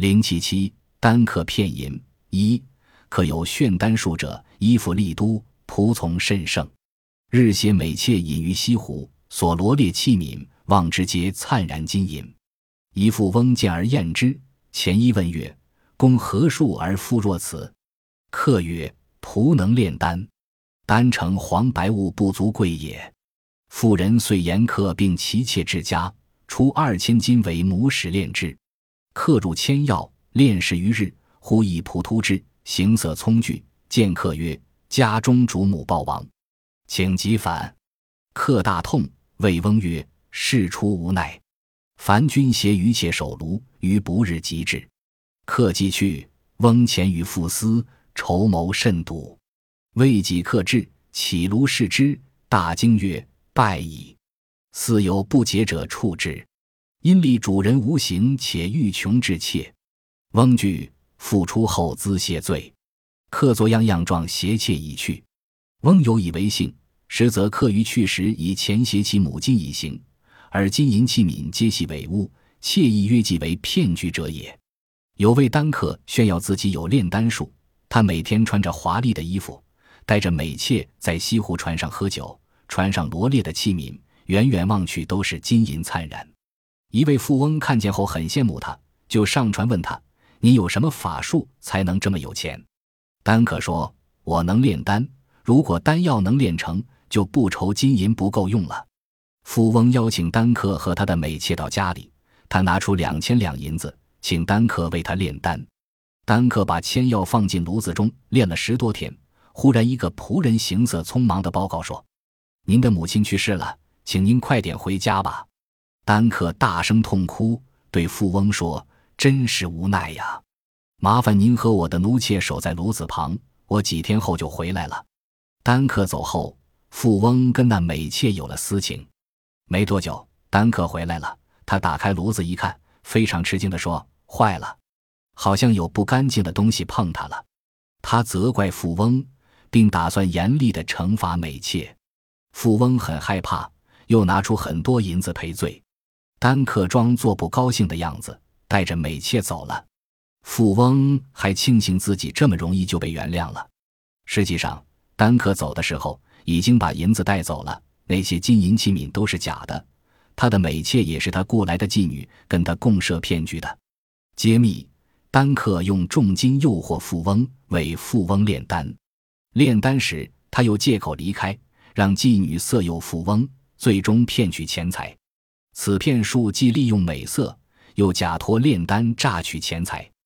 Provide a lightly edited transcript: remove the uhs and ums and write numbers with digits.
077丹客骗淫。一，客有炫丹术者，依附丽都，仆从甚盛。日携美妾隐于西湖，所罗列器皿，望之皆灿然金银。一富翁见而厌之，前一问曰：公何术而复若此？客曰：仆能炼丹，丹成黄白物不足贵也。妇人遂言客并其妾至家，出2000金为母使炼制。客入千药，炼10余日，忽一仆突至，形色葱惧，见客曰：家中主母暴亡，请即返。客大痛，谓翁曰：事出无奈，凡君携余妾守庐，于不日即至。客既去，翁前于父思，筹谋甚笃。未几客至，起庐视之，大惊曰：败矣！似有不解者处之。因立主人无形，且欲穷至妾。翁惧，复出后资谢罪。客作样样状挟妾已去。翁有以为幸，实则客于去时以钱挟其母金以行，而金银器皿皆系伪物，窃亦约计为骗局者也。有位丹客炫耀自己有炼丹术，他每天穿着华丽的衣服，带着美妾在西湖船上喝酒，船上罗列的器皿远远望去都是金银灿然。一位富翁看见后很羡慕他，就上船问他：你有什么法术才能这么有钱？丹客说：我能炼丹，如果丹药能炼成，就不愁金银不够用了。富翁邀请丹客和他的美妾到家里，他拿出2000两银子，请丹客为他炼丹。丹客把铅药放进炉子中，炼了10多天，忽然一个仆人行色匆忙地报告说：您的母亲去世了，请您快点回家吧。丹客大声痛哭，对富翁说：真是无奈呀，麻烦您和我的奴妾守在炉子旁，我几天后就回来了。丹客走后，富翁跟那美妾有了私情。没多久，丹客回来了，他打开炉子一看，非常吃惊地说：坏了，好像有不干净的东西碰他了。他责怪富翁，并打算严厉地惩罚美妾。富翁很害怕，又拿出很多银子赔罪。丹客装作不高兴的样子，带着美妾走了。富翁还庆幸自己这么容易就被原谅了。实际上，丹客走的时候已经把银子带走了，那些金银器皿都是假的，他的美妾也是他雇来的妓女，跟他共设骗局的。揭秘：丹客用重金诱惑富翁，为富翁炼丹。炼丹时，他又借口离开，让妓女色诱富翁，最终骗取钱财。此骗术既利用美色，又假托炼丹榨取钱财。